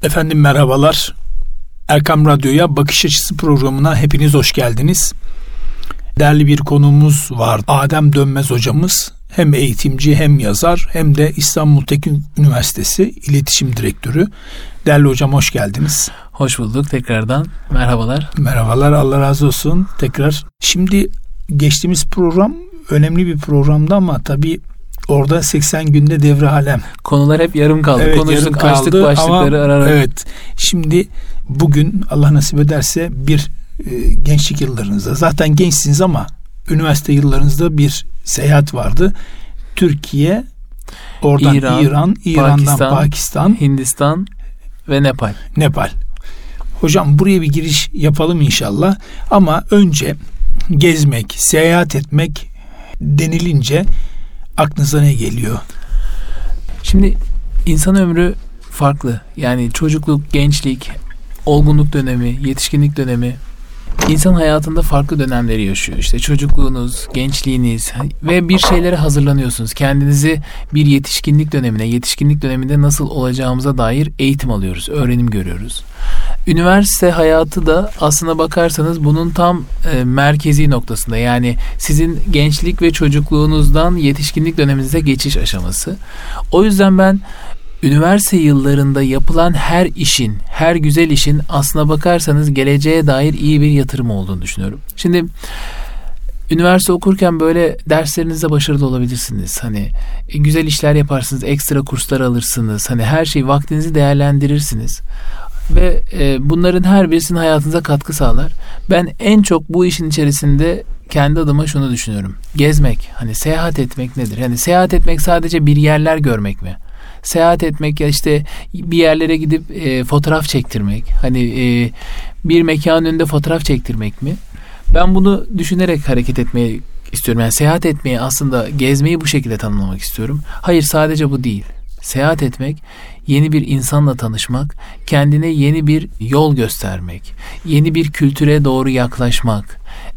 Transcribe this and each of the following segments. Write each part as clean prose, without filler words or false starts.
Efendim merhabalar. Erkam Radyo'ya Bakış Açısı programına hepiniz hoş geldiniz. Değerli bir konuğumuz var. Adem Dönmez hocamız. Hem eğitimci hem yazar hem de İstanbul Teknik Üniversitesi İletişim Direktörü. Değerli hocam hoş geldiniz. Hoş bulduk tekrardan. Merhabalar. Merhabalar, Allah razı olsun tekrar. Şimdi geçtiğimiz program önemli bir programdı ama tabii orada 80 günde devre alem. Konular hep yarım kaldı. Evet, konuştuk, yarım kaldı, açtık başlıkları ama, ararak. Evet. Şimdi bugün Allah nasip ederse bir gençlik yıllarınızda, zaten gençsiniz ama üniversite yıllarınızda bir seyahat vardı. Türkiye, oradan İran'dan Pakistan, Hindistan ve Nepal. Hocam buraya bir giriş yapalım inşallah. Ama önce gezmek, seyahat etmek denilince aklınıza ne geliyor? Şimdi insan ömrü farklı. Yani çocukluk, gençlik, olgunluk dönemi, yetişkinlik dönemi, İnsan hayatında farklı dönemleri yaşıyor. İşte çocukluğunuz, gençliğiniz ve bir şeylere hazırlanıyorsunuz. Kendinizi bir yetişkinlik döneminde nasıl olacağımıza dair eğitim alıyoruz, öğrenim görüyoruz. Üniversite hayatı da aslına bakarsanız bunun tam merkezi noktasında. Yani sizin gençlik ve çocukluğunuzdan yetişkinlik döneminize geçiş aşaması. O yüzden ben üniversite yıllarında yapılan her güzel işin aslına bakarsanız geleceğe dair iyi bir yatırım olduğunu düşünüyorum. Şimdi üniversite okurken böyle derslerinizde başarılı olabilirsiniz. Hani güzel işler yaparsınız, ekstra kurslar alırsınız. Hani her şeyi, vaktinizi değerlendirirsiniz. Ve bunların her birisinin hayatınıza katkı sağlar. Ben en çok bu işin içerisinde kendi adıma şunu düşünüyorum. Gezmek, hani seyahat etmek nedir? Yani seyahat etmek sadece bir yerler görmek mi? Seyahat etmek ya işte bir yerlere gidip fotoğraf çektirmek, hani bir mekanın önünde fotoğraf çektirmek mi? Ben bunu düşünerek hareket etmeyi istiyorum. Yani seyahat etmeyi, aslında gezmeyi bu şekilde tanımlamak istiyorum. Hayır, sadece bu değil. Seyahat etmek, yeni bir insanla tanışmak, kendine yeni bir yol göstermek, yeni bir kültüre doğru yaklaşmak,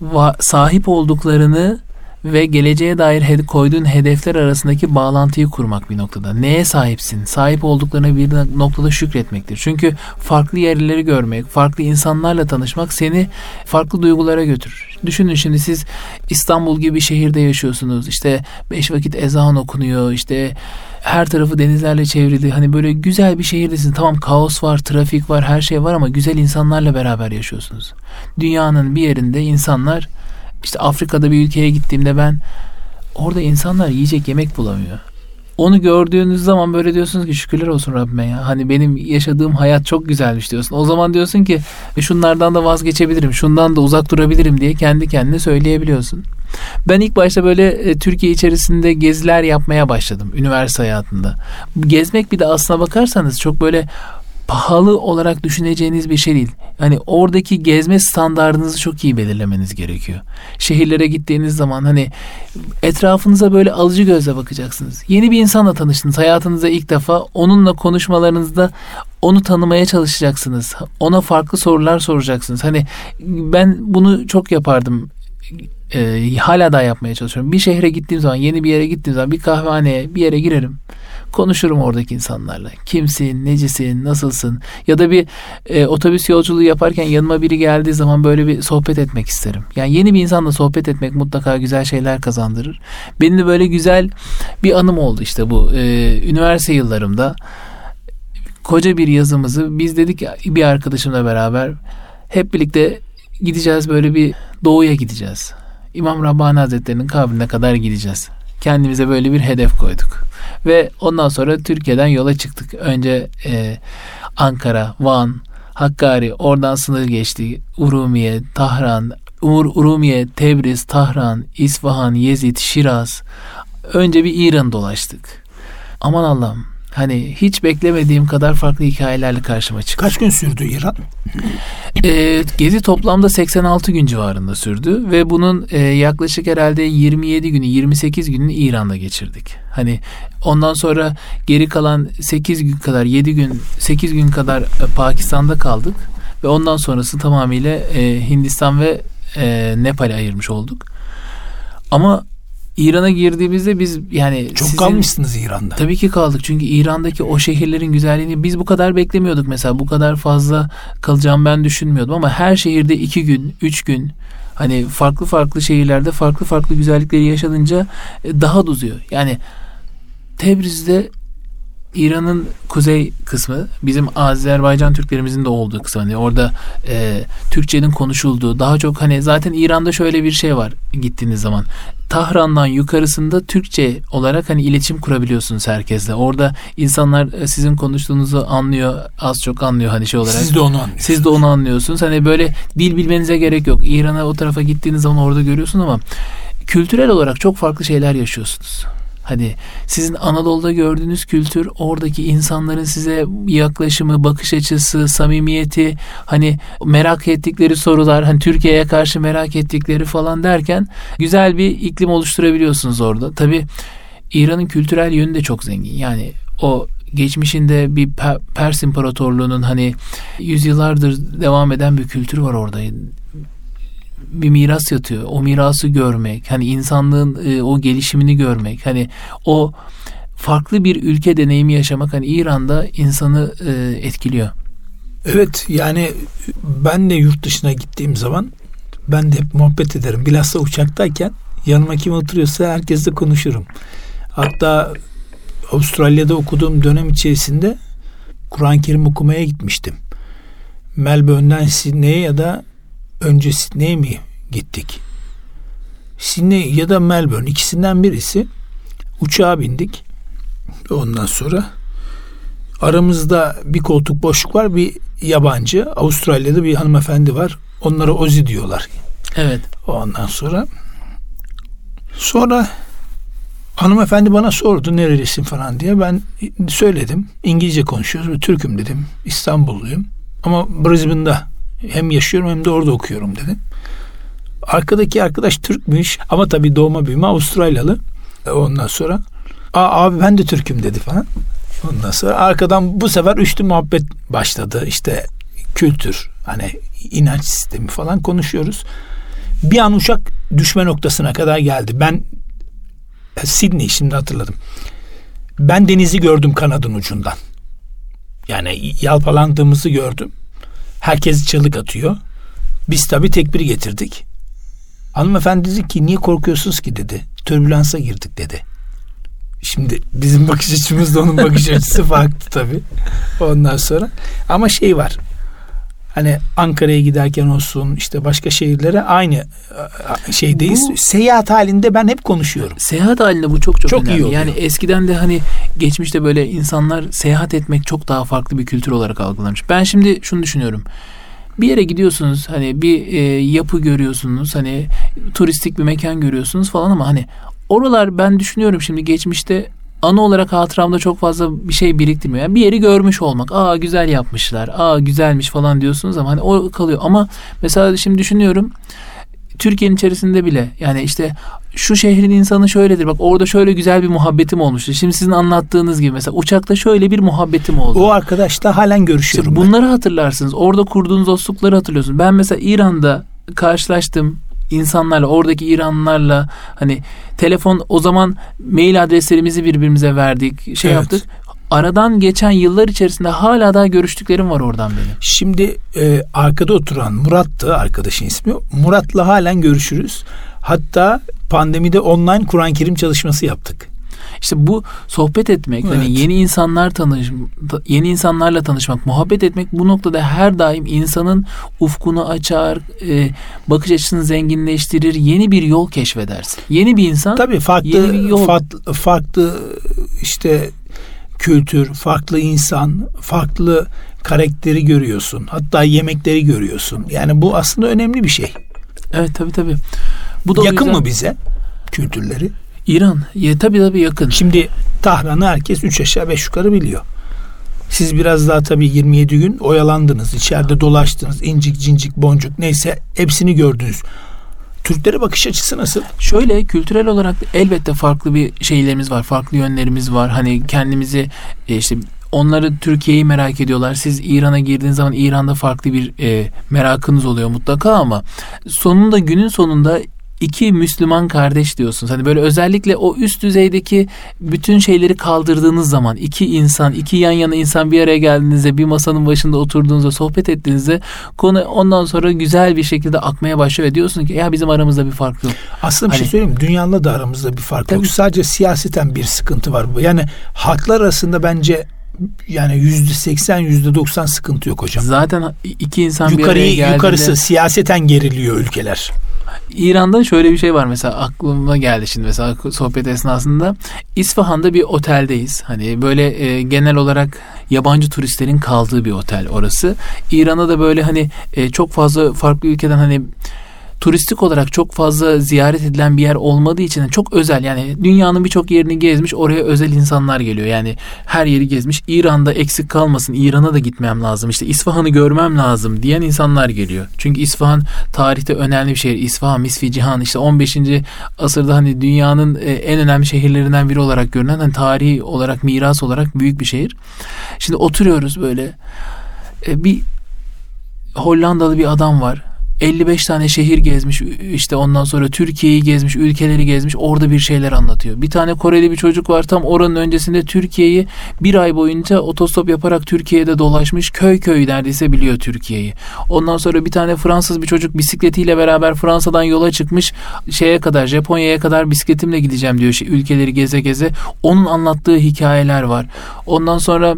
sahip olduklarını ve geleceğe dair koyduğun hedefler arasındaki bağlantıyı kurmak bir noktada. Neye sahipsin? Sahip olduklarına bir noktada şükretmektir. Çünkü farklı yerleri görmek, farklı insanlarla tanışmak seni farklı duygulara götürür. Düşünün, şimdi siz İstanbul gibi bir şehirde yaşıyorsunuz. İşte 5 vakit ezan okunuyor. İşte her tarafı denizlerle çevrili. Hani böyle güzel bir şehirdesin. Tamam, kaos var, trafik var, her şey var ama güzel insanlarla beraber yaşıyorsunuz. Dünyanın bir yerinde insanlar, İşte Afrika'da bir ülkeye gittiğimde ben, orada insanlar yiyecek yemek bulamıyor. Onu gördüğünüz zaman böyle diyorsunuz ki şükürler olsun Rabbime ya. Hani benim yaşadığım hayat çok güzelmiş diyorsun. O zaman diyorsun ki şunlardan da vazgeçebilirim, şundan da uzak durabilirim diye kendi kendine söyleyebiliyorsun. Ben ilk başta böyle Türkiye içerisinde geziler yapmaya başladım üniversite hayatında. Gezmek bir de aslına bakarsanız çok böyle pahalı olarak düşüneceğiniz bir şey değil. Hani oradaki gezme standardınızı çok iyi belirlemeniz gerekiyor. Şehirlere gittiğiniz zaman hani etrafınıza böyle alıcı gözle bakacaksınız. Yeni bir insanla tanıştınız hayatınızda ilk defa. Onunla konuşmalarınızda onu tanımaya çalışacaksınız. Ona farklı sorular soracaksınız. Hani ben bunu çok yapardım. Hala da yapmaya çalışıyorum. Bir şehre gittiğim zaman, yeni bir yere gittiğim zaman bir kahvehaneye, bir yere girerim. Konuşurum oradaki insanlarla. Kimsin, necisin, nasılsın? Ya da bir otobüs yolculuğu yaparken yanıma biri geldiği zaman böyle bir sohbet etmek isterim. Yani yeni bir insanla sohbet etmek mutlaka güzel şeyler kazandırır. Benim de böyle güzel bir anım oldu işte bu. Üniversite yıllarımda koca bir yazımızı biz dedik bir arkadaşımla beraber hep birlikte gideceğiz, böyle bir doğuya gideceğiz. İmam Rabbani Hazretleri'nin kabrine kadar gideceğiz. Kendimize böyle bir hedef koyduk. Ve ondan sonra Türkiye'den yola çıktık. Önce Ankara, Van, Hakkari, oradan sınır geçti. Urumiye, Tahran, Urumiye, Tebriz, Tahran, İsfahan, Yezid, Şiraz. Önce bir İran dolaştık. Aman Allah'ım. Hani hiç beklemediğim kadar farklı hikayelerle karşıma çıktı. Kaç gün sürdü İran? Gezi toplamda 86 gün civarında sürdü ve bunun yaklaşık herhalde 27 günü, 28 gününü İran'da geçirdik. Hani ondan sonra geri kalan 8 gün kadar Pakistan'da kaldık ve ondan sonrası tamamıyla Hindistan ve Nepal'e ayırmış olduk. Ama İran'a girdiğimizde biz yani çok kalmışsınız İran'da. Tabii ki kaldık. Çünkü İran'daki o şehirlerin güzelliğini biz bu kadar beklemiyorduk mesela. Bu kadar fazla kalacağımı ben düşünmüyordum ama her şehirde 2 gün, 3 gün hani farklı farklı şehirlerde farklı farklı güzellikleri yaşadınca daha da uzuyor. Yani Tebriz'de İran'ın kuzey kısmı bizim Azerbaycan Türklerimizin de olduğu kısım. Hani orada Türkçenin konuşulduğu daha çok hani zaten İran'da şöyle bir şey var gittiğiniz zaman. Tahran'dan yukarısında Türkçe olarak hani iletişim kurabiliyorsunuz herkesle. Orada insanlar sizin konuştuğunuzu anlıyor, az çok anlıyor hani şey olarak. Siz de onu anlıyorsunuz. Siz de onu anlıyorsunuz. Hani böyle dil bilmenize gerek yok. İran'a o tarafa gittiğiniz zaman orada görüyorsunuz ama kültürel olarak çok farklı şeyler yaşıyorsunuz. Hani sizin Anadolu'da gördüğünüz kültür, oradaki insanların size yaklaşımı, bakış açısı, samimiyeti, hani merak ettikleri sorular, hani Türkiye'ye karşı merak ettikleri falan derken güzel bir iklim oluşturabiliyorsunuz orada. Tabii İran'ın kültürel yönü de çok zengin. Yani o geçmişinde bir Pers İmparatorluğu'nun hani yüzyıllardır devam eden bir kültür var orada. Bir miras yatıyor. O mirası görmek, hani insanlığın o gelişimini görmek, hani o farklı bir ülke deneyimi yaşamak hani İran'da insanı etkiliyor. Evet, yani ben de yurt dışına gittiğim zaman ben de hep muhabbet ederim. Bilhassa uçaktayken yanıma kim oturuyorsa herkesle konuşurum. Hatta Avustralya'da okuduğum dönem içerisinde Kur'an-ı Kerim okumaya gitmiştim. Melbourne'den Sydney'e ya da önce Sydney'e mi gittik? Sydney ya da Melbourne, ikisinden birisi. Uçağa bindik. Ondan sonra aramızda bir koltuk boşluk var, bir yabancı. Avustralya'da bir hanımefendi var. Onlara Ozi diyorlar. Evet. Ondan sonra hanımefendi bana sordu nerelisin falan diye. Ben söyledim. İngilizce konuşuyoruz. Türk'üm dedim. İstanbulluyum. Ama Brisbane'da hem yaşıyorum hem de orada okuyorum dedim. Arkadaki arkadaş Türkmüş ama tabii doğma büyüme Avustralyalı. Ondan sonra abi ben de Türk'üm dedi falan. Ondan sonra arkadan bu sefer üçlü muhabbet başladı. İşte kültür, hani inanç sistemi falan konuşuyoruz. Bir an uçak düşme noktasına kadar geldi. Ben Sydney, şimdi hatırladım. Ben denizi gördüm kanadın ucundan. Yani yalpalandığımızı gördüm. Herkes çığlık atıyor. Biz tabii tekbir getirdik. Hanımefendi dedi ki niye korkuyorsunuz ki dedi. Türbülansa girdik dedi. Şimdi bizim bakış açımızla onun bakış açısı farklı tabii. Ondan sonra ama şey var. Hani Ankara'ya giderken olsun, işte başka şehirlere aynı şeydeyiz. Seyahat halinde ben hep konuşuyorum. Seyahat halinde bu çok önemli. İyi oluyor. Yani eskiden de hani geçmişte böyle insanlar seyahat etmek çok daha farklı bir kültür olarak algılamış. Ben şimdi şunu düşünüyorum. Bir yere gidiyorsunuz, hani bir yapı görüyorsunuz, hani turistik bir mekan görüyorsunuz falan ama hani oralar, ben düşünüyorum şimdi, geçmişte anı olarak hatıramda çok fazla bir şey biriktirmiyor. Yani bir yeri görmüş olmak, güzel yapmışlar, güzelmiş falan diyorsunuz ama hani o kalıyor. Ama mesela şimdi düşünüyorum, Türkiye'nin içerisinde bile yani işte şu şehrin insanı şöyledir, bak orada şöyle güzel bir muhabbetim olmuştu. Şimdi sizin anlattığınız gibi mesela uçakta şöyle bir muhabbetim oldu. O arkadaşla halen görüşüyorum. İşte bunları hatırlarsınız. Orada kurduğunuz dostlukları hatırlıyorsunuz. Ben mesela İran'da karşılaştım insanlarla, oradaki İranlılarla, hani telefon, o zaman mail adreslerimizi birbirimize verdik, yaptık. Aradan geçen yıllar içerisinde hala daha görüştüklerim var oradan benim. Şimdi arkada oturan Murat'tı arkadaşın ismi. Murat'la halen görüşürüz. Hatta pandemide online Kur'an-ı Kerim çalışması yaptık. İşte bu sohbet etmek, hani yeni insanlarla tanışmak, muhabbet etmek bu noktada her daim insanın ufkunu açar, bakış açısını zenginleştirir, yeni bir yol keşfedersin. Yeni bir insan, tabii yeni bir yol. farklı işte kültür, farklı insan, farklı karakteri görüyorsun. Hatta yemekleri görüyorsun. Yani bu aslında önemli bir şey. Evet, tabii. Bu da yakın mı bize kültürleri? İran, tabii yakın. Şimdi Tahran'ı herkes 3 aşağı 5 yukarı biliyor. Siz biraz daha tabii 27 gün oyalandınız. İçeride dolaştınız. İncik, cincik, boncuk neyse hepsini gördünüz. Türklere bakış açısı nasıl? Şöyle, kültürel olarak elbette farklı bir şeylerimiz var. Farklı yönlerimiz var. Hani kendimizi işte onları, Türkiye'yi merak ediyorlar. Siz İran'a girdiğiniz zaman İran'da farklı bir merakınız oluyor mutlaka ama günün sonunda iki Müslüman kardeş diyorsunuz. Hani böyle özellikle o üst düzeydeki bütün şeyleri kaldırdığınız zaman, iki insan, iki yan yana insan bir araya geldiğinizde, bir masanın başında oturduğunuzda, sohbet ettiğinizde konu ondan sonra güzel bir şekilde akmaya başlıyor ve diyorsun ki ya bizim aramızda bir fark yok. Aslında bir şey söyleyeyim mi? Dünyanın da aramızda bir fark yok. Sadece siyaseten bir sıkıntı var. Yani halklar arasında bence yani %80, %90 sıkıntı yok hocam. Zaten iki insan bir araya geldiğinde... Yukarısı siyaseten geriliyor ülkeler. İran'da şöyle bir şey var mesela, aklıma geldi şimdi mesela sohbet esnasında. İsfahan'da bir oteldeyiz. Hani böyle genel olarak yabancı turistlerin kaldığı bir otel orası. İran'a da böyle hani çok fazla farklı ülkeden hani turistik olarak çok fazla ziyaret edilen bir yer olmadığı için çok özel, yani dünyanın birçok yerini gezmiş, oraya özel insanlar geliyor. Yani her yeri gezmiş. İran'da eksik kalmasın, İran'a da gitmem lazım, işte İsfahan'ı görmem lazım diyen insanlar geliyor. Çünkü İsfahan tarihte önemli bir şehir. İsfahan, Misfi Cihan, işte 15. asırda hani dünyanın en önemli şehirlerinden biri olarak görünen, hani tarihi olarak, miras olarak büyük bir şehir. Şimdi oturuyoruz böyle. Bir Hollandalı bir adam var. 55 tane şehir gezmiş, işte ondan sonra Türkiye'yi gezmiş, ülkeleri gezmiş, orada bir şeyler anlatıyor. Bir tane Koreli bir çocuk var, tam oranın öncesinde Türkiye'yi bir ay boyunca otostop yaparak Türkiye'de dolaşmış, köy köy neredeyse biliyor Türkiye'yi. Ondan sonra bir tane Fransız bir çocuk bisikletiyle beraber Fransa'dan yola çıkmış, şeye kadar, Japonya'ya kadar bisikletimle gideceğim diyor, ülkeleri geze geze. Onun anlattığı hikayeler var. Ondan sonra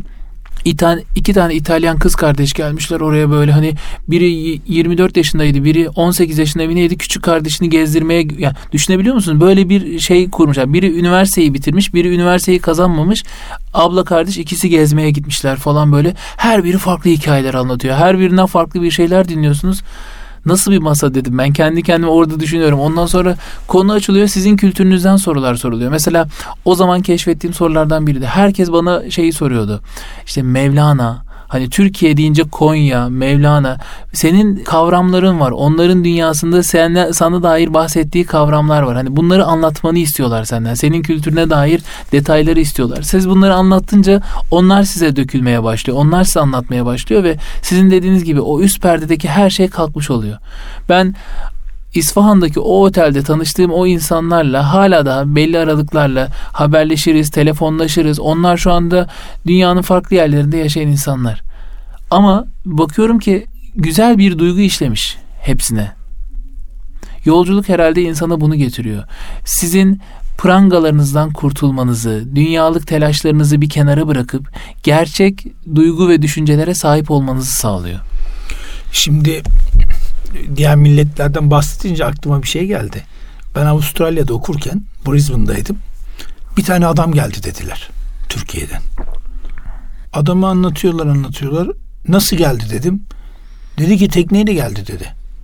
iki tane İtalyan kız kardeş gelmişler oraya, böyle hani biri 24 yaşındaydı, biri 18 yaşında neydi, küçük kardeşini gezdirmeye, yani düşünebiliyor musunuz? Böyle bir şey kurmuşlar. Biri üniversiteyi bitirmiş, biri üniversiteyi kazanmamış. Abla kardeş ikisi gezmeye gitmişler falan böyle. Her biri farklı hikayeler anlatıyor. Her birinden farklı bir şeyler dinliyorsunuz. Nasıl bir masa dedim. Ben kendi kendime orada düşünüyorum. Ondan sonra konu açılıyor. Sizin kültürünüzden sorular soruluyor. Mesela o zaman keşfettiğim sorulardan biri de herkes bana şeyi soruyordu. İşte Mevlana, hani Türkiye deyince Konya, Mevlana, senin kavramların var. Onların dünyasında sana dair bahsettiği kavramlar var. Hani bunları anlatmanı istiyorlar senden. Senin kültürüne dair detayları istiyorlar. Siz bunları anlattınca onlar size dökülmeye başlıyor. Onlar size anlatmaya başlıyor ve sizin dediğiniz gibi o üst perdedeki her şey kalkmış oluyor. Ben İsfahan'daki o otelde tanıştığım o insanlarla hala da belli aralıklarla haberleşiriz, telefonlaşırız. Onlar şu anda dünyanın farklı yerlerinde yaşayan insanlar. Ama bakıyorum ki güzel bir duygu işlemiş hepsine. Yolculuk herhalde insana bunu getiriyor. Sizin prangalarınızdan kurtulmanızı, dünyalık telaşlarınızı bir kenara bırakıp gerçek duygu ve düşüncelere sahip olmanızı sağlıyor. Şimdi diğer milletlerden bahsedince aklıma bir şey geldi. Ben Avustralya'da okurken Brisbane'daydım. Bir tane adam geldi dediler Türkiye'den. Adamı anlatıyorlar. Nasıl geldi dedim. Dedi ki tekneyle geldi dedi.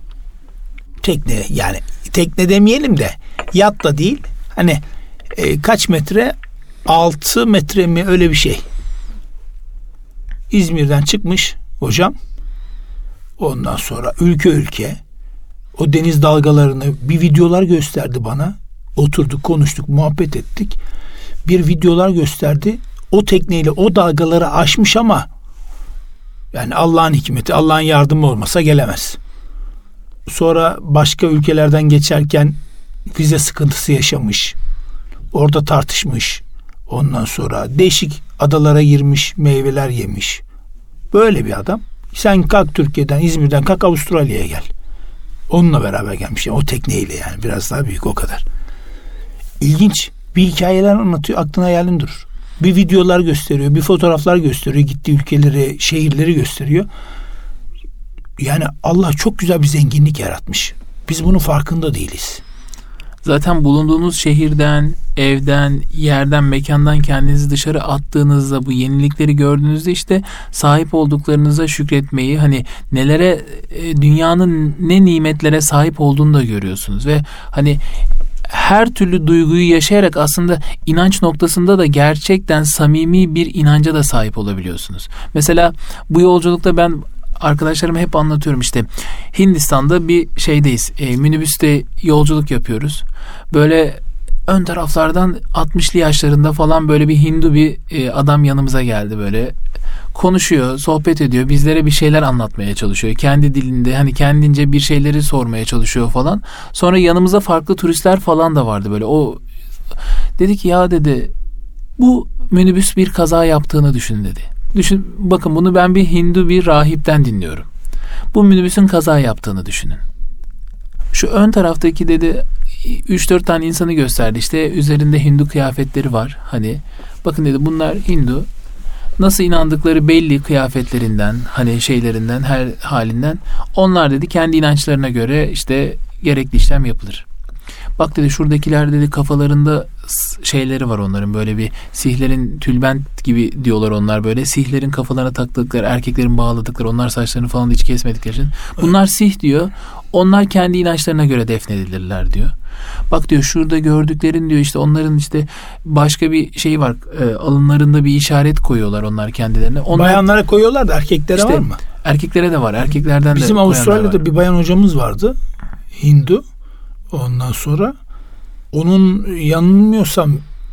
Tekne, yani tekne demeyelim de yat da değil. Hani kaç metre? 6 metre mi, öyle bir şey. İzmir'den çıkmış hocam. Ondan sonra ülke o deniz dalgalarını bir videolar gösterdi bana. Oturduk, konuştuk, muhabbet ettik. Bir videolar gösterdi. O tekneyle o dalgaları aşmış ama yani Allah'ın hikmeti, Allah'ın yardımı olmasa gelemez. Sonra başka ülkelerden geçerken vize sıkıntısı yaşamış. Orada tartışmış. Ondan sonra değişik adalara girmiş, meyveler yemiş. Böyle bir adam. Sen kalk Türkiye'den, İzmir'den kalk Avustralya'ya gel. Onunla beraber gelmiş. Yani o tekneyle, yani biraz daha büyük, o kadar. İlginç. Bir hikayeler anlatıyor, aklına hayalin durur. Bir videolar gösteriyor, bir fotoğraflar gösteriyor. Gittiği ülkeleri, şehirleri gösteriyor. Yani Allah çok güzel bir zenginlik yaratmış. Biz bunun farkında değiliz. Zaten bulunduğunuz şehirden, evden, yerden, mekandan kendinizi dışarı attığınızda, bu yenilikleri gördüğünüzde işte sahip olduklarınıza şükretmeyi, hani nelere, dünyanın ne nimetlere sahip olduğunu da görüyorsunuz ve hani her türlü duyguyu yaşayarak aslında inanç noktasında da gerçekten samimi bir inanca da sahip olabiliyorsunuz. Mesela bu yolculukta ben arkadaşlarıma hep anlatıyorum, işte Hindistan'da bir şeydeyiz. Minibüste yolculuk yapıyoruz. Böyle ön taraflardan 60'lı yaşlarında falan böyle bir Hindu bir adam yanımıza geldi böyle. konuşuyor, sohbet ediyor, bizlere bir şeyler anlatmaya çalışıyor. Kendi dilinde hani kendince bir şeyleri sormaya çalışıyor falan. Sonra yanımıza farklı turistler falan da vardı böyle. O dedi ki ya dedi bu minibüs bir kaza yaptığını düşün dedi. Düşün, bakın bunu ben bir Hindu bir rahipten dinliyorum. Bu minibüsün kaza yaptığını düşünün. Şu ön taraftaki dedi 3-4 tane insanı gösterdi. İşte üzerinde Hindu kıyafetleri var. Hani bakın dedi bunlar Hindu. Nasıl inandıkları belli kıyafetlerinden, hani şeylerinden, her halinden. Onlar dedi kendi inançlarına göre işte gerekli işlem yapılır. Bak dedi şuradakiler dedi kafalarında şeyleri var onların, böyle bir sihlerin tülbent gibi diyorlar onlar, böyle sihlerin kafalarına taktıkları, erkeklerin bağladıkları, onlar saçlarını falan hiç kesmedikleri için. Bunlar sih diyor. Onlar kendi inançlarına göre defnedilirler diyor. Bak diyor şurada gördüklerin diyor işte onların işte başka bir şey var. Alınlarında bir işaret koyuyorlar onlar kendilerine. Onlar, bayanlara koyuyorlar da erkeklere işte, var mı? Erkeklere de var. Erkeklerden bizim de Avustralya'da var. Bir bayan hocamız vardı. Hindu. Ondan sonra onun yanılmıyorsam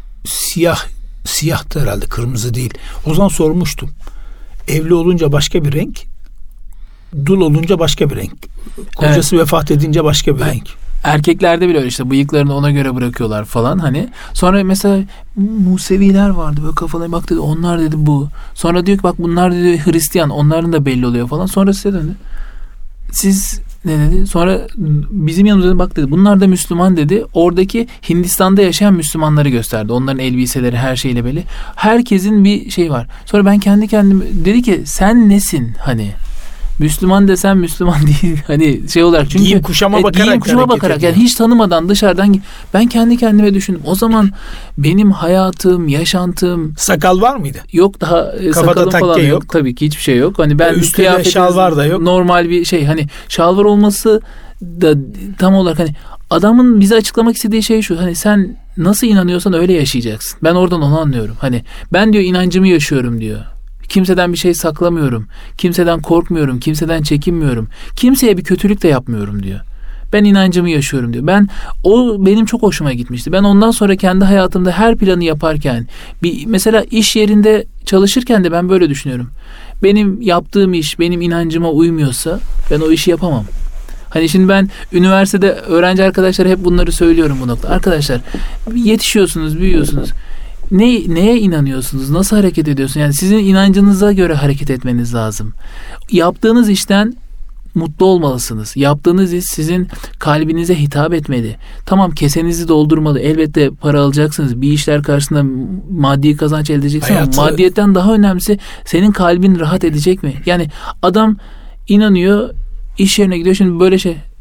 siyahtı herhalde, kırmızı değil. O zaman sormuştum. Evli olunca başka bir renk, dul olunca başka bir renk. Kocası vefat edince başka bir renk. Erkeklerde bile öyle işte bıyıklarını ona göre bırakıyorlar falan hani. Sonra mesela Museviler vardı böyle kafalarına bak dedi onlar dedi bu. Sonra diyor ki bak bunlar dedi Hristiyan, onların da belli oluyor falan. Sonra size döndü. Siz ne dedi? Sonra bizim yanımızda bak dedi bunlar da Müslüman dedi. Oradaki Hindistan'da yaşayan Müslümanları gösterdi. Onların elbiseleri her şeyle belli. Herkesin bir şey var. Sonra ben kendi kendime dedi ki sen nesin hani? Müslüman desem Müslüman değil hani şey olarak çünkü giyim kuşama bakarak yani hiç tanımadan dışarıdan ben kendi kendime düşündüm. O zaman benim hayatım, yaşantım, sakal var mıydı? Yok, daha sakalım falan yok. Tabii ki hiçbir şey yok. Hani ben üstünde şalvar da yok. Normal bir şey hani şalvar olması da tam olarak hani adamın bize açıklamak istediği şey şu. Hani sen nasıl inanıyorsan öyle yaşayacaksın. Ben oradan onu anlıyorum. Hani ben diyor inancımı yaşıyorum diyor. Kimseden bir şey saklamıyorum. Kimseden korkmuyorum. Kimseden çekinmiyorum. Kimseye bir kötülük de yapmıyorum diyor. Ben inancımı yaşıyorum diyor. O benim çok hoşuma gitmişti. Ben ondan sonra kendi hayatımda her planı yaparken mesela iş yerinde çalışırken de ben böyle düşünüyorum. Benim yaptığım iş benim inancıma uymuyorsa ben o işi yapamam. Hani şimdi ben üniversitede öğrenci arkadaşlara hep bunları söylüyorum bu nokta. Arkadaşlar yetişiyorsunuz, büyüyorsunuz. Neye inanıyorsunuz? Nasıl hareket ediyorsunuz? Yani sizin inancınıza göre hareket etmeniz lazım. Yaptığınız işten mutlu olmalısınız. Yaptığınız iş sizin kalbinize hitap etmeli. Tamam kesenizi doldurmalı. Elbette para alacaksınız. Bir işler karşısında maddi kazanç elde edeceksiniz ama maddiyetten daha önemlisi senin kalbin rahat edecek mi? Yani adam inanıyor, iş yerine gidiyor. Şimdi böyle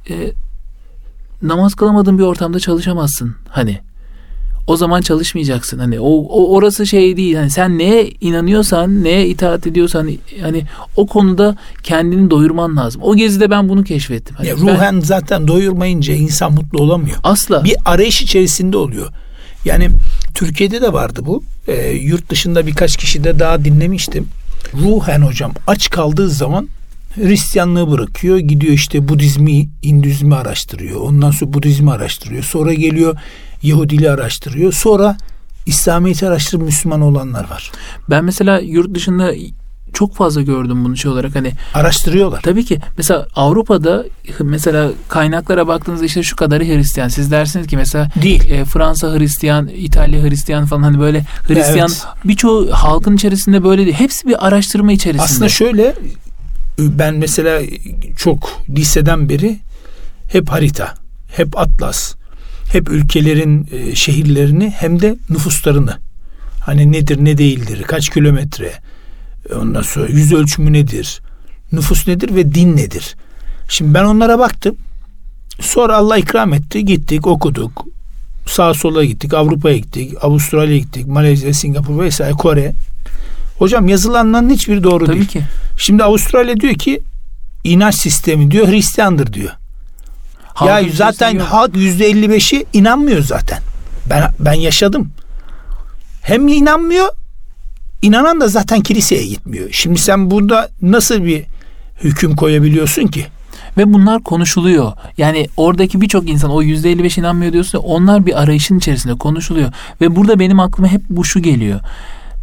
namaz kılamadığın bir ortamda çalışamazsın. Hani o zaman çalışmayacaksın. Hani orası şey değil. Hani sen neye inanıyorsan, neye itaat ediyorsan hani o konuda kendini doyurman lazım. O gezide ben bunu keşfettim. Hani ruhen zaten doyurmayınca insan mutlu olamıyor. Asla. Bir arayış içerisinde oluyor. Yani Türkiye'de de vardı bu. Yurt dışında birkaç kişi de daha dinlemiştim. Ruhen hocam aç kaldığı zaman Hristiyanlığı bırakıyor. Gidiyor işte Budizmi, Hindüizmi araştırıyor. Ondan sonra Budizmi araştırıyor. Sonra geliyor Yahudiliği araştırıyor. Sonra İslamiyet'i araştırıp Müslüman olanlar var. Ben mesela yurt dışında çok fazla gördüm bunu şey olarak hani. Araştırıyorlar. Tabii ki. Mesela Avrupa'da mesela kaynaklara baktığınızda işte şu kadarı Hristiyan. Siz dersiniz ki mesela değil. Fransa Hristiyan, İtalya Hristiyan falan hani böyle Hristiyan birçoğu halkın içerisinde böyle değil. Hepsi bir araştırma içerisinde. Aslında şöyle ben mesela çok liseden beri hep harita, hep atlas, hep ülkelerin şehirlerini hem de nüfuslarını hani nedir ne değildir, kaç kilometre, ondan sonra yüz ölçümü nedir, nüfus nedir ve din nedir. Şimdi ben onlara baktım. Sonra Allah ikram etti, gittik okuduk, sağa sola gittik, Avrupa'ya gittik, Avustralya'ya gittik, Malezya, Singapur vesaire, Kore. Hocam yazılanların hiçbiri doğru Tabii değil. Ki. Şimdi Avustralya diyor ki inanç sistemi diyor Hristiyandır diyor. Ya zaten halk %55'i inanmıyor zaten. Ben yaşadım. Hem inanmıyor, inanan da zaten kiliseye gitmiyor. Şimdi sen burada nasıl bir hüküm koyabiliyorsun ki? Ve bunlar konuşuluyor. Yani oradaki birçok insan o %55 inanmıyor diyorsun ya, onlar bir arayışın içerisinde konuşuluyor. Ve burada benim aklıma hep bu şu geliyor.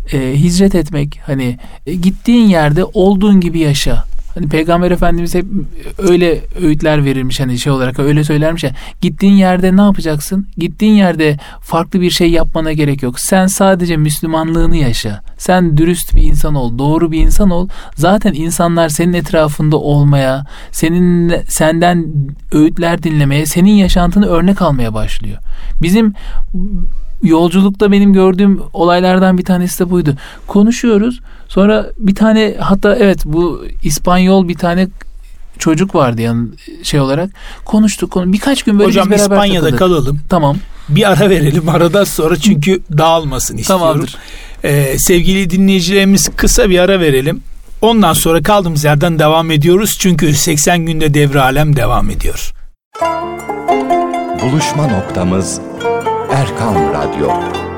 hicret etmek, hani gittiğin yerde olduğun gibi yaşa. Hani Peygamber Efendimiz hep öyle öğütler verirmiş, hani şey olarak öyle söylermiş ya, gittiğin yerde ne yapacaksın? Gittiğin yerde farklı bir şey yapmana gerek yok. Sen sadece Müslümanlığını yaşa. Sen dürüst bir insan ol, doğru bir insan ol. Zaten insanlar senin etrafında olmaya, senden öğütler dinlemeye, senin yaşantını örnek almaya başlıyor. Bizim yolculukta benim gördüğüm olaylardan bir tanesi de buydu. Konuşuyoruz. Sonra bir tane, hatta evet, bu İspanyol bir tane çocuk vardı yani şey olarak. Konuştuk. Birkaç gün böyle hocam biz beraber İspanya'da takıldık. kalalım. Tamam. Bir ara verelim aradan sonra, çünkü dağılmasın istiyorum. Tamamdır. Sevgili dinleyicilerimiz, kısa bir ara verelim. Ondan sonra kaldığımız yerden devam ediyoruz. Çünkü 80 günde devre alem devam ediyor. Buluşma noktamız Erkam Radyo.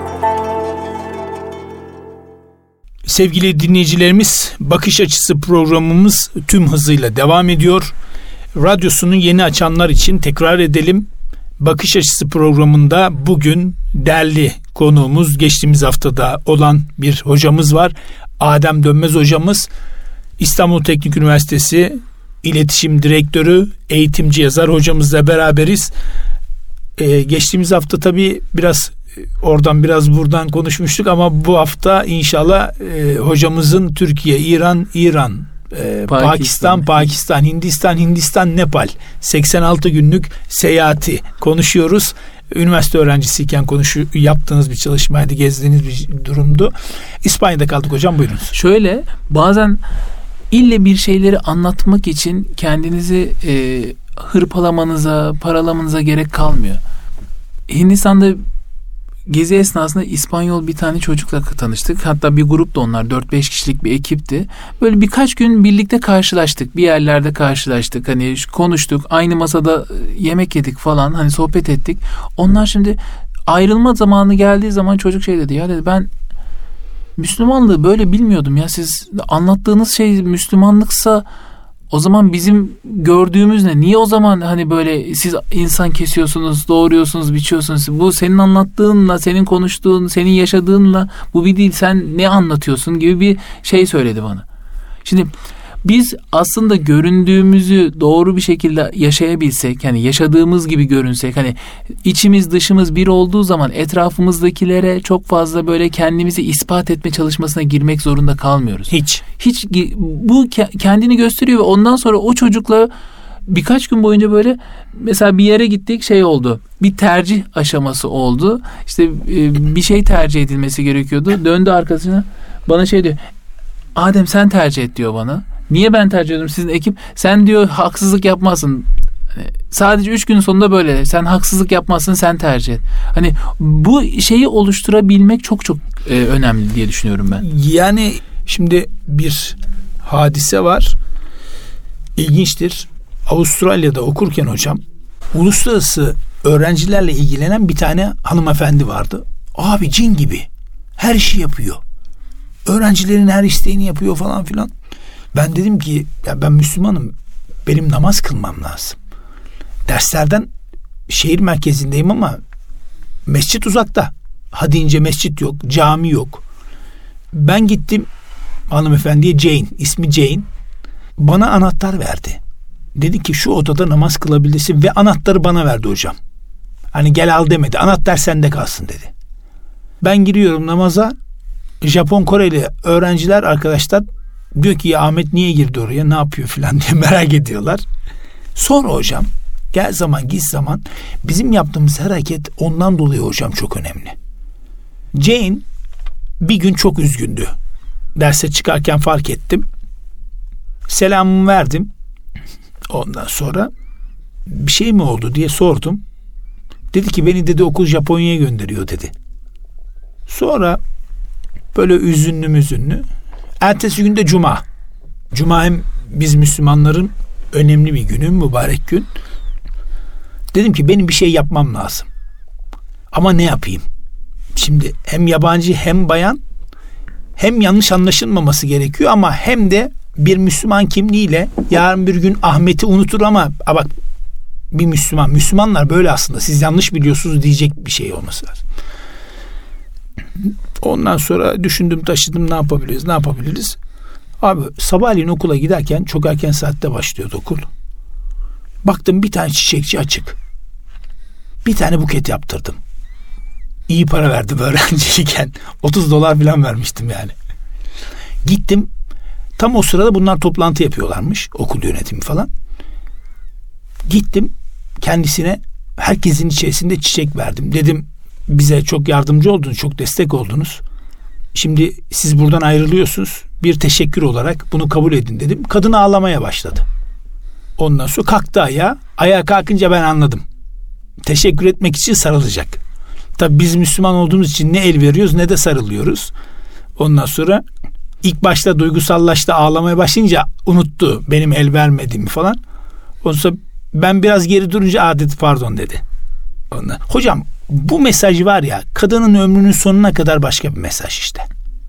Sevgili dinleyicilerimiz, Bakış Açısı programımız tüm hızıyla devam ediyor. Radyosunu yeni açanlar için tekrar edelim. Bakış Açısı programında bugün değerli konuğumuz, geçtiğimiz haftada olan bir hocamız var. Adem Dönmez hocamız, İstanbul Teknik Üniversitesi İletişim Direktörü, eğitimci, yazar hocamızla beraberiz. Geçtiğimiz hafta tabii biraz oradan biraz buradan konuşmuştuk ama bu hafta inşallah hocamızın Türkiye, İran, Pakistan, Hindistan, Nepal 86 günlük seyahati konuşuyoruz. Üniversite öğrencisiyken yaptığınız bir çalışmaydı, gezdiğiniz bir durumdu. İspanya'da kaldık hocam, buyurunuz. Şöyle, bazen ille bir şeyleri anlatmak için kendinizi hırpalamanıza, paralamanıza gerek kalmıyor. Hindistan'da gezi esnasında İspanyol bir tane çocukla tanıştık. Hatta bir grup da onlar, 4-5 kişilik bir ekipti. Böyle birkaç gün birlikte karşılaştık. Bir yerlerde karşılaştık. Hani konuştuk. Aynı masada yemek yedik falan. Hani sohbet ettik. Onlar şimdi ayrılma zamanı geldiği zaman çocuk şey dedi. Ya dedi, ben Müslümanlığı böyle bilmiyordum ya. Siz anlattığınız şey Müslümanlıksa o zaman bizim gördüğümüz ne? Niye o zaman hani böyle siz insan kesiyorsunuz, doğuruyorsunuz, biçiyorsunuz? Bu senin anlattığınla, senin konuştuğun, senin yaşadığınla bu bir değil. Sen ne anlatıyorsun gibi bir şey söyledi bana. Şimdi biz aslında göründüğümüzü doğru bir şekilde yaşayabilsek, hani yaşadığımız gibi görünsek, hani içimiz dışımız bir olduğu zaman etrafımızdakilere çok fazla böyle kendimizi ispat etme çalışmasına girmek zorunda kalmıyoruz. Hiç bu kendini gösteriyor ve ondan sonra o çocukla birkaç gün boyunca böyle mesela bir yere gittik, şey oldu. Bir tercih aşaması oldu. İşte bir şey tercih edilmesi gerekiyordu. Döndü arkasına bana şey diyor. Adem sen tercih et diyor bana. Niye ben tercih ediyorum? Sizin ekip, sen diyor haksızlık yapmazsın. Sadece 3 gün sonunda böyle. Sen haksızlık yapmazsın, sen tercih et. Hani bu şeyi oluşturabilmek çok çok önemli diye düşünüyorum ben. Yani şimdi bir hadise var. İlginçtir. Avustralya'da okurken hocam, uluslararası öğrencilerle ilgilenen bir tane hanımefendi vardı. Abi cin gibi. Her işi yapıyor. Öğrencilerin her isteğini yapıyor falan filan. Ben dedim ki ya ben Müslümanım. Benim namaz kılmam lazım. Derslerden şehir merkezindeyim ama mescit uzakta. Ha deyince mescit yok, cami yok. Ben gittim hanımefendiye, Jane, ismi Jane. Bana anahtar verdi. Dedi ki şu odada namaz kılabilirsin ve anahtarı bana verdi hocam. Hani gel al demedi. Anahtar sende kalsın dedi. Ben giriyorum namaza. Japon Koreli öğrenciler, arkadaşlar diyor ki ya Ahmet niye girdi oraya, ne yapıyor filan diye merak ediyorlar. Sonra hocam gel zaman git zaman bizim yaptığımız hareket ondan dolayı hocam çok önemli. Jane bir gün çok üzgündü. Derse çıkarken fark ettim. Selamımı verdim. Ondan sonra bir şey mi oldu diye sordum. Dedi ki beni dedi okul Japonya'ya gönderiyor dedi. Sonra böyle üzünlü. Ertesi günde Cuma. Cuma hem biz Müslümanların önemli bir günü, mübarek gün. Dedim ki benim bir şey yapmam lazım. Ama ne yapayım? Şimdi hem yabancı hem bayan, hem yanlış anlaşılmaması gerekiyor ama hem de bir Müslüman kimliğiyle yarın bir gün Ahmet'i unutur ama bak bir Müslümanlar böyle aslında siz yanlış biliyorsunuz diyecek bir şey olması lazım. Ondan sonra düşündüm taşıdım, ne yapabiliriz? Abi sabahleyin okula giderken çok erken saatte başlıyordu okul. Baktım bir tane çiçekçi açık. Bir tane buket yaptırdım. İyi para verdim öğrenciyken. $30 falan vermiştim yani. Gittim. Tam o sırada bunlar toplantı yapıyorlarmış. Okul yönetimi falan. Gittim kendisine, herkesin içerisinde çiçek verdim. Dedim bize çok yardımcı oldunuz, çok destek oldunuz. Şimdi siz buradan ayrılıyorsunuz. Bir teşekkür olarak bunu kabul edin dedim. Kadın ağlamaya başladı. Ondan sonra kalktı ayağa. Ayağa kalkınca ben anladım. Teşekkür etmek için sarılacak. Tabii biz Müslüman olduğumuz için ne el veriyoruz ne de sarılıyoruz. Ondan sonra ilk başta duygusallaştı, ağlamaya başlayınca unuttu benim el vermediğimi falan. Ondan sonra ben biraz geri durunca dedi pardon dedi. Ondan. Hocam bu mesaj var ya, kadının ömrünün sonuna kadar başka bir mesaj işte.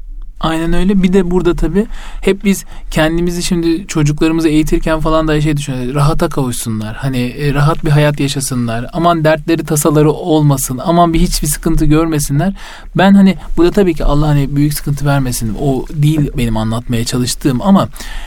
Aynen öyle. Bir de burada tabii hep biz kendimizi şimdi çocuklarımızı eğitirken falan da düşünüyoruz. Rahata kavuşsunlar. Hani rahat bir hayat yaşasınlar. Aman dertleri tasaları olmasın. Aman hiçbir sıkıntı görmesinler. Ben hani burada tabii ki Allah hani büyük sıkıntı vermesin. O değil benim anlatmaya çalıştığım ama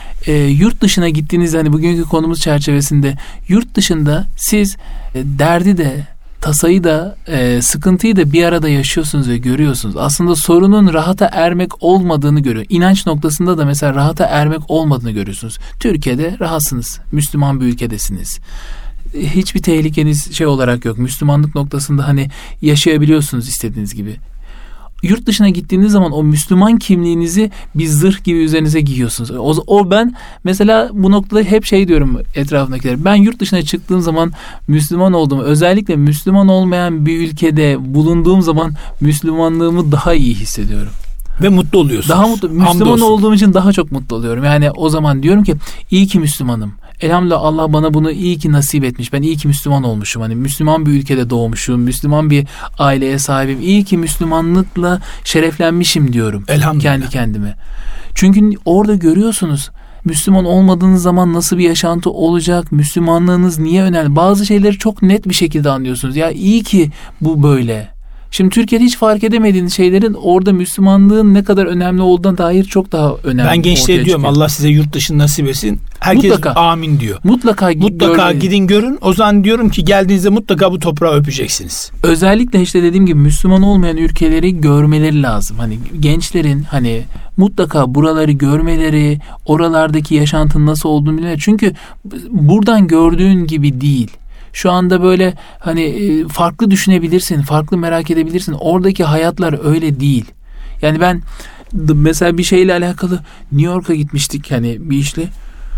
yurt dışına gittiğinizde hani bugünkü konumuz çerçevesinde yurt dışında siz derdi de tasayı da sıkıntıyı da bir arada yaşıyorsunuz ve görüyorsunuz. Aslında sorunun rahata ermek olmadığını görüyor. İnanç noktasında da mesela rahata ermek olmadığını görüyorsunuz. Türkiye'de rahatsınız. Müslüman bir ülkedesiniz. Hiçbir tehlikeniz olarak yok. Müslümanlık noktasında hani yaşayabiliyorsunuz istediğiniz gibi. Yurt dışına gittiğiniz zaman o Müslüman kimliğinizi bir zırh gibi üzerinize giyiyorsunuz. O ben mesela bu noktada hep diyorum etrafındakilere. Ben yurt dışına çıktığım zaman Müslüman olduğumu, özellikle Müslüman olmayan bir ülkede bulunduğum zaman Müslümanlığımı daha iyi hissediyorum. Ve mutlu oluyorsunuz. Daha mutlu. Müslüman olduğum için daha çok mutlu oluyorum. Yani o zaman diyorum ki iyi ki Müslümanım. Elhamdülillah Allah bana bunu iyi ki nasip etmiş. Ben iyi ki Müslüman olmuşum. Hani Müslüman bir ülkede doğmuşum. Müslüman bir aileye sahibim. İyi ki Müslümanlıkla şereflenmişim diyorum. Elhamdülillah. Kendi kendime. Çünkü orada görüyorsunuz Müslüman olmadığınız zaman nasıl bir yaşantı olacak? Müslümanlığınız niye önemli? Bazı şeyleri çok net bir şekilde anlıyorsunuz. Ya iyi ki bu böyle. Şimdi Türkiye'de hiç fark edemediğiniz şeylerin orada Müslümanlığın ne kadar önemli olduğuna dair çok daha önemli. Ben gençliğe diyorum Allah size yurt dışı nasip etsin. Herkes mutlaka, amin diyor. Mutlaka gidin görün. O zaman diyorum ki geldiğinizde mutlaka bu toprağı öpeceksiniz. Özellikle dediğim gibi Müslüman olmayan ülkeleri görmeleri lazım. Hani gençlerin hani mutlaka buraları görmeleri, oralardaki yaşantının nasıl olduğunu bilmeleri. Çünkü buradan gördüğün gibi değil. Şu anda böyle hani farklı düşünebilirsin, farklı merak edebilirsin. Oradaki hayatlar öyle değil. Yani ben mesela bir şeyle alakalı New York'a gitmiştik hani bir işle.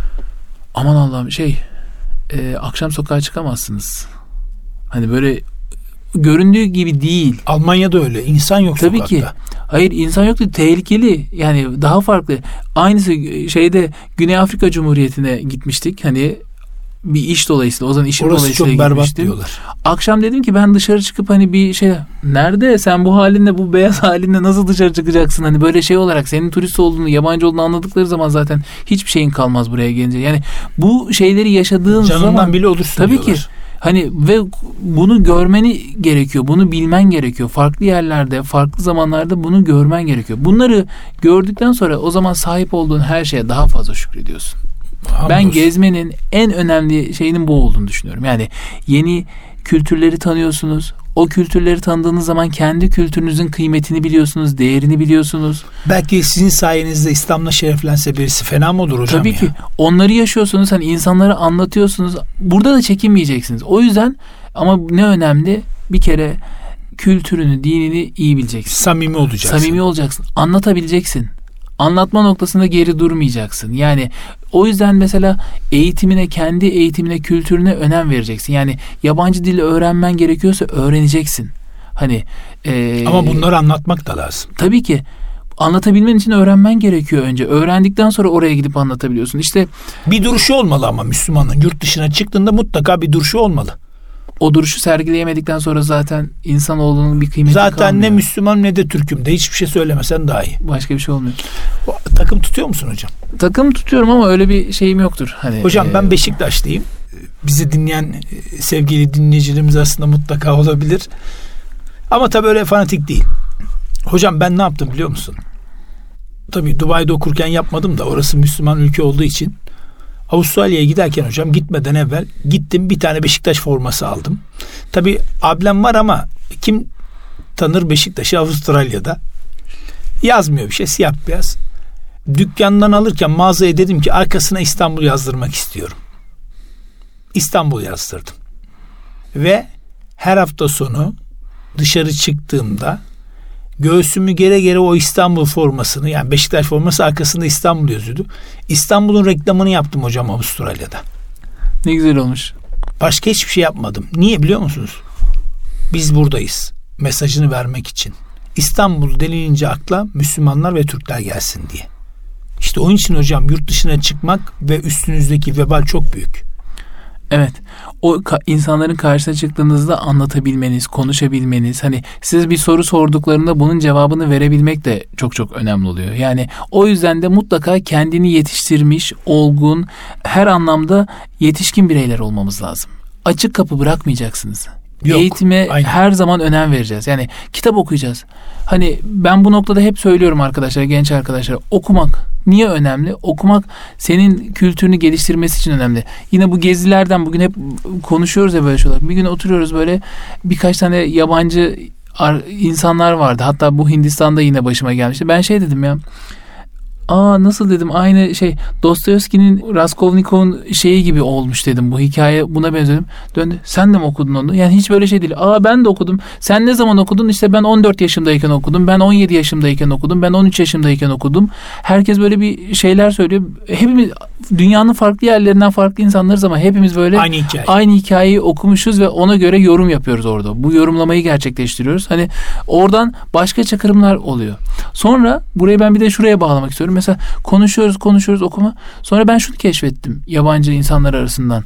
Aman Allah'ım akşam sokağa çıkamazsınız. Hani böyle göründüğü gibi değil. Almanya'da öyle. İnsan yok tabii sokakta. Tabii ki. Hayır insan yok değil. Tehlikeli. Yani daha farklı. Aynısı Güney Afrika Cumhuriyeti'ne gitmiştik. Hani bir iş dolayısıyla. O zaman işim orası dolayısıyla çok berbat gitmiştim. Diyorlar. Akşam dedim ki ben dışarı çıkıp hani bir nerede sen bu halinle bu beyaz halinle nasıl dışarı çıkacaksın? Hani böyle olarak senin turist olduğunu, yabancı olduğunu anladıkları zaman zaten hiçbir şeyin kalmaz buraya gelince. Yani bu şeyleri yaşadığın canından zaman bile olursun tabii diyorlar. ki. Hani ve bunu görmeni gerekiyor. Bunu bilmen gerekiyor. Farklı yerlerde, farklı zamanlarda bunu görmen gerekiyor. Bunları gördükten sonra o zaman sahip olduğun her şeye daha fazla şükrediyorsun. Ben gezmenin en önemli şeyinin bu olduğunu düşünüyorum. Yani yeni kültürleri tanıyorsunuz. O kültürleri tanıdığınız zaman kendi kültürünüzün kıymetini biliyorsunuz, değerini biliyorsunuz. Belki sizin sayenizde İslam'la şereflense birisi fena mı olur hocam? Tabii ki. Onları yaşıyorsunuz. Hani insanlara anlatıyorsunuz. Burada da çekinmeyeceksiniz. O yüzden ama ne önemli? Bir kere kültürünü, dinini iyi bileceksin. Samimi olacaksın. Samimi olacaksın. Anlatabileceksin. Anlatma noktasında geri durmayacaksın. Yani o yüzden mesela kendi eğitimine, kültürüne önem vereceksin. Yani yabancı dili öğrenmen gerekiyorsa öğreneceksin. Hani ama bunları anlatmak da lazım. Tabii ki. Anlatabilmen için öğrenmen gerekiyor önce. Öğrendikten sonra oraya gidip anlatabiliyorsun. Bir duruşu olmalı ama Müslümanın yurt dışına çıktığında mutlaka bir duruşu olmalı. O duruşu sergileyemedikten sonra zaten insanoğlunun bir kıymeti zaten kalmıyor. Ne Müslüman ne de Türk'üm de hiçbir şey söylemesen daha iyi. Başka bir şey olmuyor. Takım tutuyor musun hocam? Takım tutuyorum ama öyle bir şeyim yoktur. Hani hocam ben Beşiktaşlıyım. Bizi dinleyen sevgili dinleyicilerimiz aslında mutlaka olabilir. Ama tabii öyle fanatik değil. Hocam ben ne yaptım biliyor musun? Tabii Dubai'de okurken yapmadım da orası Müslüman ülke olduğu için. Avustralya'ya giderken hocam gitmeden evvel gittim, bir tane Beşiktaş forması aldım. Tabii ablem var ama kim tanır Beşiktaş'ı Avustralya'da? Yazmıyor bir şey, siyah beyaz. Dükkandan alırken mağazaya dedim ki arkasına İstanbul yazdırmak istiyorum. İstanbul yazdırdım. Ve her hafta sonu dışarı çıktığımda göğsümü gere gere o İstanbul formasını, yani Beşiktaş forması arkasında İstanbul yazıyordu. İstanbul'un reklamını yaptım hocam Avustralya'da. Ne güzel olmuş. Başka hiçbir şey yapmadım. Niye biliyor musunuz? Biz buradayız mesajını vermek için. İstanbul denilince akla Müslümanlar ve Türkler gelsin diye. İşte onun için hocam yurt dışına çıkmak ve üstünüzdeki vebal çok büyük. Evet. O insanların karşısına çıktığınızda anlatabilmeniz, konuşabilmeniz, hani siz bir soru sorduklarında bunun cevabını verebilmek de çok çok önemli oluyor. Yani o yüzden de mutlaka kendini yetiştirmiş, olgun, her anlamda yetişkin bireyler olmamız lazım. Açık kapı bırakmayacaksınız. Yok, eğitime aynen. her zaman önem vereceğiz. Yani kitap okuyacağız. Hani ben bu noktada hep söylüyorum arkadaşlar, genç arkadaşlar, okumak niye önemli? Okumak senin kültürünü geliştirmesi için önemli. Yine bu gezilerden bugün hep konuşuyoruz ya böyle şeyler. Bir gün oturuyoruz böyle, birkaç tane yabancı insanlar vardı. Hatta bu Hindistan'da yine başıma gelmişti. Ben şey dedim ya. Nasıl dedim, aynı şey Dostoyevski'nin Raskolnikov'un şeyi gibi olmuş dedim, bu hikaye buna benzedim. Döndü, sen de mi okudun onu? Yani hiç böyle şey değil. Ben de okudum. Sen ne zaman okudun? İşte ben 14 yaşımdayken okudum. Ben 17 yaşımdayken okudum. Ben 13 yaşımdayken okudum. Herkes böyle bir şeyler söylüyor. Hepimiz dünyanın farklı yerlerinden farklı insanlarız ama hepimiz böyle aynı hikayeyi okumuşuz ve ona göre yorum yapıyoruz orada. Bu yorumlamayı gerçekleştiriyoruz. Hani oradan başka çıkarımlar oluyor. Sonra burayı ben bir de şuraya bağlamak istiyorum. Mesela konuşuyoruz okuma. Sonra ben şunu keşfettim yabancı insanlar arasından.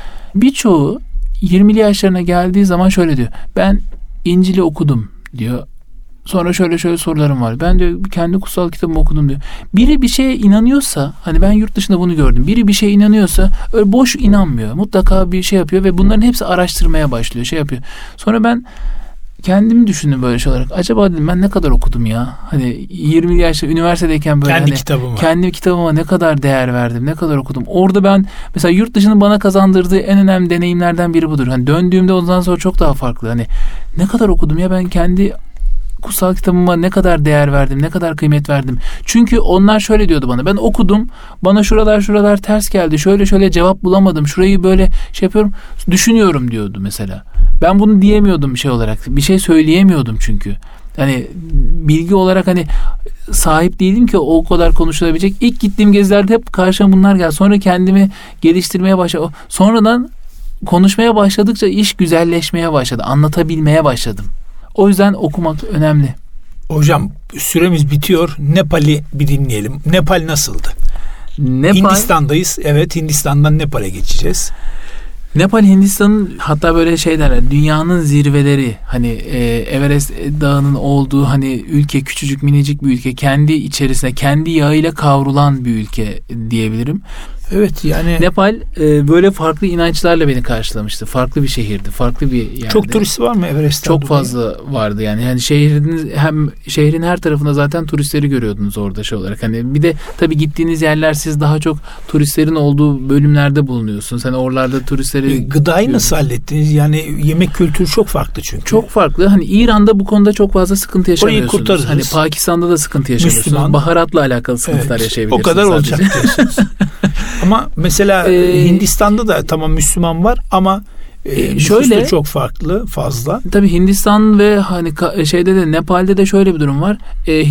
Birçoğu 20'li yaşlarına geldiği zaman şöyle diyor. Ben İncil'i okudum diyor. Sonra şöyle sorularım var. Ben diyor kendi kutsal kitabımı okudum diyor. Biri bir şeye inanıyorsa, hani ben yurt dışında bunu gördüm. Biri bir şeye inanıyorsa öyle boş inanmıyor. Mutlaka bir şey yapıyor ve bunların hepsi araştırmaya başlıyor. Şey yapıyor. Sonra ben kendimi düşündüm böyle şey olarak. Acaba dedim ben ne kadar okudum ya? Hani 20 yaşta üniversitedeyken böyle kendi kitabıma ne kadar değer verdim, ne kadar okudum. Orada ben mesela yurt dışının bana kazandırdığı en önemli deneyimlerden biri budur. Hani döndüğümde ondan sonra çok daha farklı. Hani ne kadar okudum ya, ben kendi kutsal kitabıma ne kadar değer verdim, ne kadar kıymet verdim. Çünkü onlar şöyle diyordu bana. Ben okudum, bana şuralar ters geldi. Şöyle cevap bulamadım. Şurayı böyle şey yapıyorum, düşünüyorum diyordu mesela. Ben bunu diyemiyordum şey olarak. Bir şey söyleyemiyordum çünkü. Hani bilgi olarak hani sahip değildim ki o kadar konuşulabilecek. İlk gittiğim gezilerde hep karşıma bunlar geldi. Sonra kendimi geliştirmeye başladım. Sonradan konuşmaya başladıkça iş güzelleşmeye başladı. Anlatabilmeye başladım. O yüzden okumak önemli. Hocam süremiz bitiyor. Nepal'i bir dinleyelim. Nepal nasıldı? Hindistan'dayız. Evet, Hindistan'dan Nepal'e geçeceğiz. Nepal, Hindistan'ın hatta böyle şey derler, dünyanın zirveleri, hani Everest Dağı'nın olduğu hani ülke, küçücük minicik bir ülke, kendi içerisinde kendi yağıyla kavrulan bir ülke diyebilirim. Evet, yani Nepal böyle farklı inançlarla beni karşılamıştı. Farklı bir şehirdi, farklı bir yerde. Çok turist var mı Everest'ten? Çok fazla vardı yani. Yani şehrin her tarafında zaten turistleri görüyordunuz orada şey olarak. Hani bir de tabii gittiğiniz yerler, siz daha çok turistlerin olduğu bölümlerde bulunuyorsunuz. Hani oralarda turistleri gıdayı nasıl hallettiniz? Yani yemek kültürü çok farklı çünkü. Çok farklı. Hani İran'da bu konuda çok fazla sıkıntı yaşamıyorsunuz. Orayı kurtarırız. Hani Pakistan'da da sıkıntı yaşamıyorsunuz. Müslüman. Baharatla alakalı sıkıntılar yaşayabilirsiniz. O kadar sadece olacak diyorsunuz. Ama mesela Hindistan'da da tamam Müslüman var ama şöyle çok farklı, fazla. Tabii Hindistan ve hani şeyde de Nepal'de de şöyle bir durum var.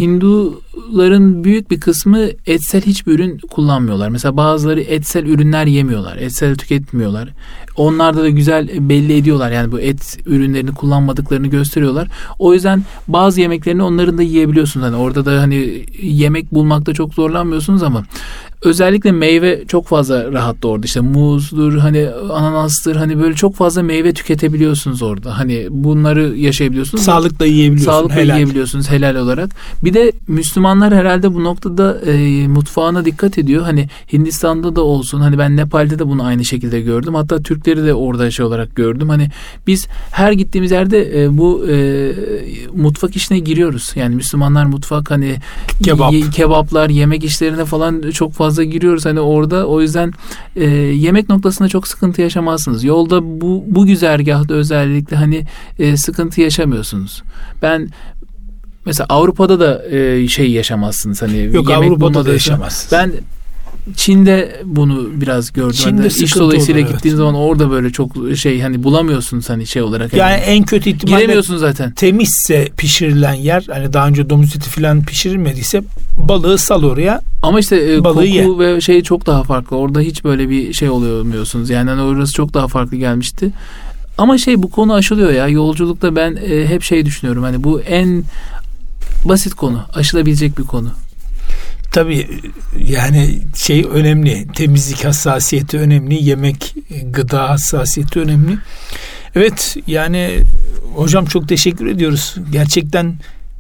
Hinduların büyük bir kısmı etsel hiçbir ürün kullanmıyorlar. Mesela bazıları etsel ürünler yemiyorlar. Etsel tüketmiyorlar. Onlarda da güzel belli ediyorlar. Yani bu et ürünlerini kullanmadıklarını gösteriyorlar. O yüzden bazı yemeklerini onların da yiyebiliyorsunuz. Hani orada da hani yemek bulmakta çok zorlanmıyorsunuz ama özellikle meyve çok fazla rahattı orada. İşte muzdur, hani ananastır, hani böyle çok fazla meyve tüketebiliyorsunuz orada. Hani bunları yaşayabiliyorsunuz. Sağlıkla yiyebiliyorsunuz. Yiyebiliyorsunuz helal olarak. Bir de Müslüman Müslümanlar herhalde bu noktada mutfağına dikkat ediyor. Hani Hindistan'da da olsun, hani ben Nepal'de de bunu aynı şekilde gördüm. Hatta Türkleri de orada şey olarak gördüm. Hani biz her gittiğimiz yerde bu mutfak işine giriyoruz. Yani Müslümanlar mutfak, hani kebaplar, yemek işlerine falan çok fazla giriyoruz. Hani orada, o yüzden yemek noktasında çok sıkıntı yaşamazsınız. Yolda bu güzergahta özellikle hani sıkıntı yaşamıyorsunuz. Ben mesela Avrupa'da da yaşamazsınız. Hani yok, yemek Avrupa'da da yaşamazsınız. Ben Çin'de bunu biraz gördüm. Çin'de hani iş dolayısıyla gittiğin zaman orada böyle çok hani bulamıyorsunuz hani şey olarak. Yani en kötü ihtimalle giremiyorsun zaten. Temizse pişirilen yer, hani daha önce domuz eti falan pişirilmediyse balığı sal oraya. Ama işte koku ye. ve çok daha farklı. Orada hiç böyle bir şey oluyormuyorsunuz. Yani hani orası çok daha farklı gelmişti. Ama bu konu aşılıyor ya. Yolculukta ben hep düşünüyorum. Hani bu en basit konu. Aşılabilecek bir konu. Tabii yani önemli. Temizlik hassasiyeti önemli. Yemek, gıda hassasiyeti önemli. Evet, yani hocam çok teşekkür ediyoruz. Gerçekten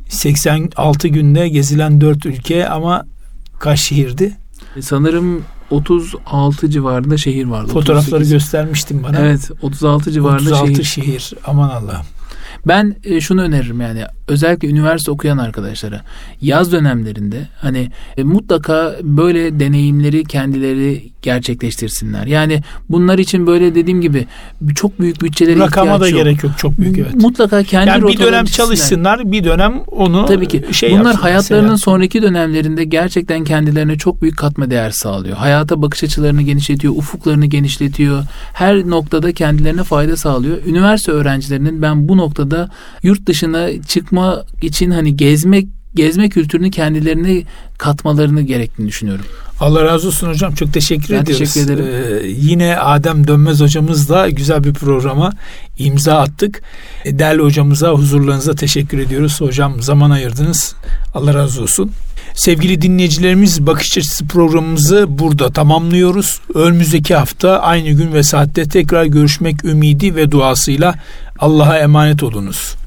86 günde gezilen 4 ülke ama kaç şehirdi? Sanırım 36 civarında şehir vardı. Fotoğrafları 38. göstermiştin bana. Evet, 36 civarında 36 şehir. Aman Allah'ım. Ben şunu öneririm, yani özellikle üniversite okuyan arkadaşlara yaz dönemlerinde hani mutlaka böyle deneyimleri kendileri gerçekleştirsinler. Yani bunlar için böyle dediğim gibi çok büyük bütçelere ihtiyaç yok. Rakama da gerek yok, çok büyük, evet. Mutlaka kendi yani bir dönem çizsinler. Çalışsınlar, bir dönem onu tabii ki. Bunlar hayatlarının mesela sonraki dönemlerinde gerçekten kendilerine çok büyük katma değer sağlıyor. Hayata bakış açılarını genişletiyor, ufuklarını genişletiyor. Her noktada kendilerine fayda sağlıyor. Üniversite öğrencilerinin ben bu noktada yurt dışına çıkma için hani gezme kültürünü kendilerine katmalarını gerektiğini düşünüyorum. Allah razı olsun hocam. Çok teşekkür ediyoruz. Teşekkür ederim. Yine Adem Dönmez hocamızla güzel bir programa imza attık. Değerli hocamıza, huzurlarınıza teşekkür ediyoruz. Hocam zaman ayırdınız. Allah razı olsun. Sevgili dinleyicilerimiz, Bakış Açısı programımızı burada tamamlıyoruz. Önümüzdeki hafta aynı gün ve saatte tekrar görüşmek ümidi ve duasıyla Allah'a emanet olunuz.